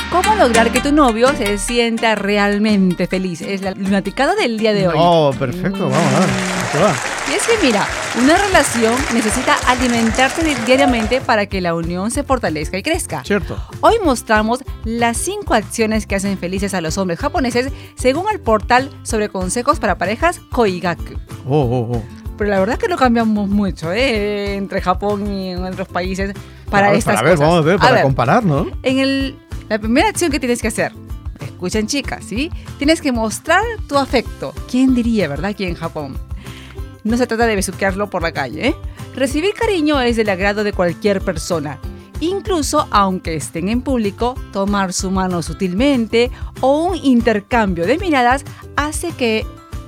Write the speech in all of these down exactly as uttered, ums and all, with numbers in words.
¿Cómo lograr que tu novio se sienta realmente feliz? Es la lunaticada del día de hoy. Oh, perfecto, vamos a ver. ¿Qué va? Y es que mira, una relación necesita alimentarse di- diariamente para que la unión se fortalezca y crezca. Cierto. Hoy mostramos las cinco acciones que hacen felices a los hombres japoneses según el portal sobre consejos para parejas Koigaku. Oh, oh, oh. Pero la verdad es que no cambiamos mucho, ¿eh? Entre Japón y en otros países para A ver, estas para ver, cosas. vamos a ver, para comparar, ¿no? En el, la primera acción que tienes que hacer, escuchen chicas, ¿sí? Tienes que mostrar tu afecto. ¿Quién diría, verdad, aquí en Japón? No se trata de besuquearlo por la calle, ¿eh? Recibir cariño es del agrado de cualquier persona. Incluso aunque estén en público, tomar su mano sutilmente o un intercambio de miradas hace que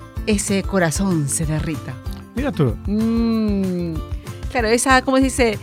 ese corazón se derrita. Mira tú. Mm, claro, esa, ¿cómo se dice?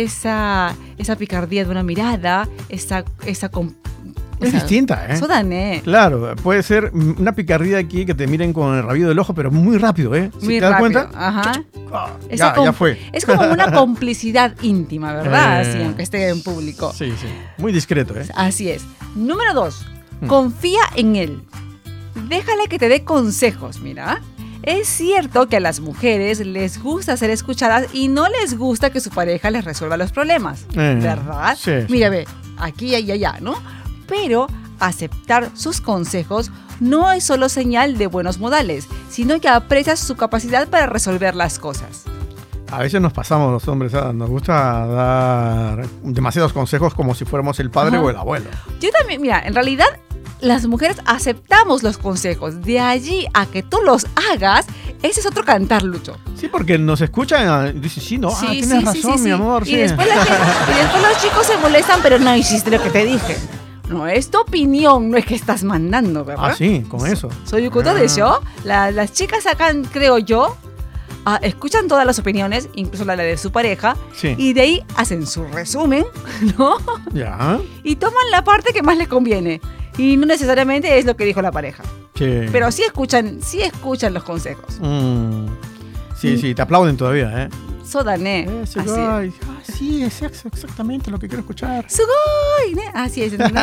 Esa, esa picardía de una mirada, esa, esa, com- Es esa- distinta, ¿eh? Sodané. Claro, puede ser una picardía aquí que te miren con el rabillo del ojo, pero muy rápido, ¿eh? ¿Sí Muy ¿Te das rápido. cuenta? Ajá. Ah, Esa ya, com- ya fue. Es como una complicidad íntima, ¿verdad? Eh, Así, aunque esté en público. Sí, sí. Muy discreto, ¿eh? Así es. Número dos, Hmm. confía en él. Déjale que te dé consejos, mira. Es cierto que a las mujeres les gusta ser escuchadas y no les gusta que su pareja les resuelva los problemas, Eh, ¿verdad? sí, sí. Mira, ve, aquí y allá, ¿no? Pero aceptar sus consejos no es solo señal de buenos modales, sino que aprecias su capacidad para resolver las cosas. A veces nos pasamos los hombres, ¿sabes? Nos gusta dar demasiados consejos como si fuéramos el padre Ajá. o el abuelo. Yo también, mira, en realidad las mujeres aceptamos los consejos. De allí a que tú los hagas, ese es otro cantar, Lucho. Sí, porque nos escuchan y dicen, sí, no, ah, tienes razón, mi sí. amor. Y, sí. después la gente- y después los chicos se molestan, pero no hiciste lo que te dije. No, es tu opinión, no es que estás mandando, ¿verdad? Ah, sí, con eso. Soy Yukoto de show. La- las chicas sacan, creo yo, ah, escuchan todas las opiniones, incluso la de su pareja, Sí. y de ahí hacen su resumen, ¿no? Ya. Y toman la parte que más les conviene. Y no necesariamente es lo que dijo la pareja. Sí. Pero sí escuchan, sí escuchan los consejos. Mm. Sí, sí, te aplauden todavía, ¿eh? Sodané. Eh, sí, Así ay, ah, sí, es ex- exactamente lo que quiero escuchar. es. Sugoi, ¿ne? Así es. ¿no?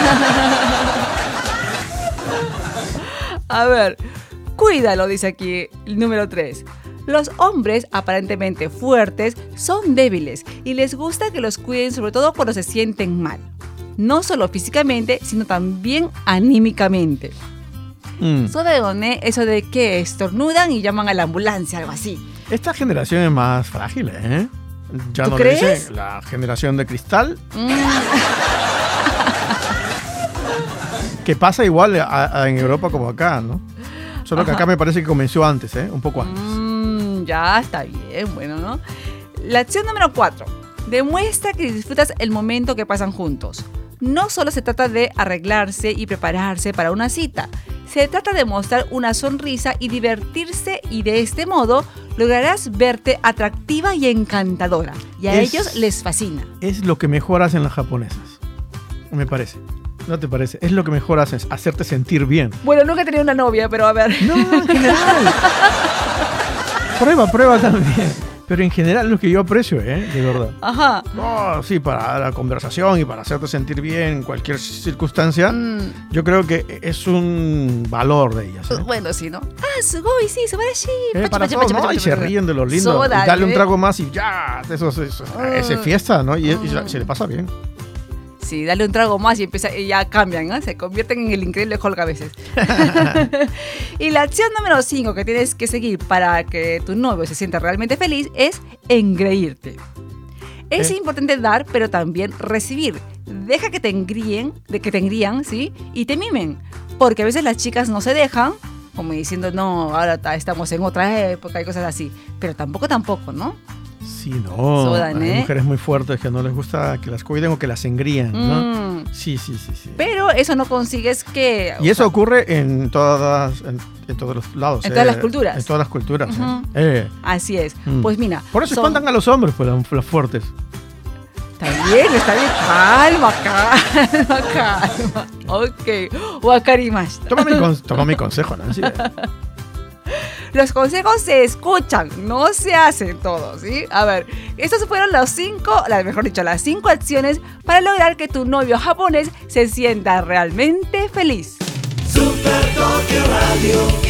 A ver, cuídalo, dice aquí el número tres. Los hombres aparentemente fuertes son débiles y les gusta que los cuiden, sobre todo cuando se sienten mal. No solo físicamente, sino también anímicamente. Mm. Eso de dónde, eso de que estornudan y llaman a la ambulancia, algo así. Esta generación es más frágil, ¿eh? Ya ¿Tú no crees? dice la generación de cristal, Mm, que pasa igual a- a- en Europa como acá, ¿no? Solo que Ajá. acá me parece que comenzó antes, ¿eh? Un poco antes. mm, ya está bien, bueno, ¿no? La acción número cuatro. Demuestra que disfrutas el momento que pasan juntos. No solo se trata de arreglarse y prepararse para una cita. Se trata de mostrar una sonrisa y divertirse, y de este modo lograrás verte atractiva y encantadora. Y a Es- ellos les fascina. Es lo que mejor hacen las japonesas, me parece. ¿No te parece? Es lo que mejor hacen, hacerte sentir bien. Bueno, nunca he tenido una novia, pero a ver. No, en general. Prueba, prueba también. Pero en general es lo que yo aprecio, ¿eh? De verdad. Ajá. Oh, sí, para la conversación y para hacerte sentir bien en cualquier circunstancia, Mm, yo creo que es un valor de ellas. ¿eh? bueno, sí, ¿no? Ah, sugoi, sí, subarashi. Eh, Pacha, para pacha, todos, pacha, ¿no? pacha, Y se pacha. ríen de lo lindo. Soda, Y dale un ¿eh? trago más y ya. Eso, eso, eso, ese Ah. fiesta, ¿no? Y, y Ah. se le pasa bien. Sí, dale un trago más y, empieza, y ya cambian, ¿no? Se convierten en el increíble Hulk a veces. Y la acción número cinco que tienes que seguir para que tu novio se sienta realmente feliz es engreírte. Es ¿Eh? importante dar, pero también recibir. Deja que te engríen, de que te engrían, ¿sí? Y te mimen. Porque a veces las chicas no se dejan, como diciendo, no, ahora ta- estamos en otra época y cosas así. Pero tampoco, tampoco, ¿no? Sí, no. Sodan, Hay ¿eh? mujeres muy fuertes que no les gusta que las cuiden o que las engrían, ¿no? Mm. Sí, sí, sí, sí. Pero eso no consigues que... Y o eso sea, ocurre en todas, en, en todos los lados. En ¿eh? todas las culturas. En todas las culturas. ¿eh? Ujú. Eh. Así es. Mm. Pues mira. Por eso son- espantan a los hombres, pues, las, las fuertes. Está bien, está bien. Calma, calma, calma. Ok. Wakarimashita. Toma mi, con- toma mi consejo, Nancy. Los consejos se escuchan, no se hacen todos, ¿sí? A ver, estos fueron los cinco, las, mejor dicho, las cinco acciones para lograr que tu novio japonés se sienta realmente feliz. Super Tokyo Radio.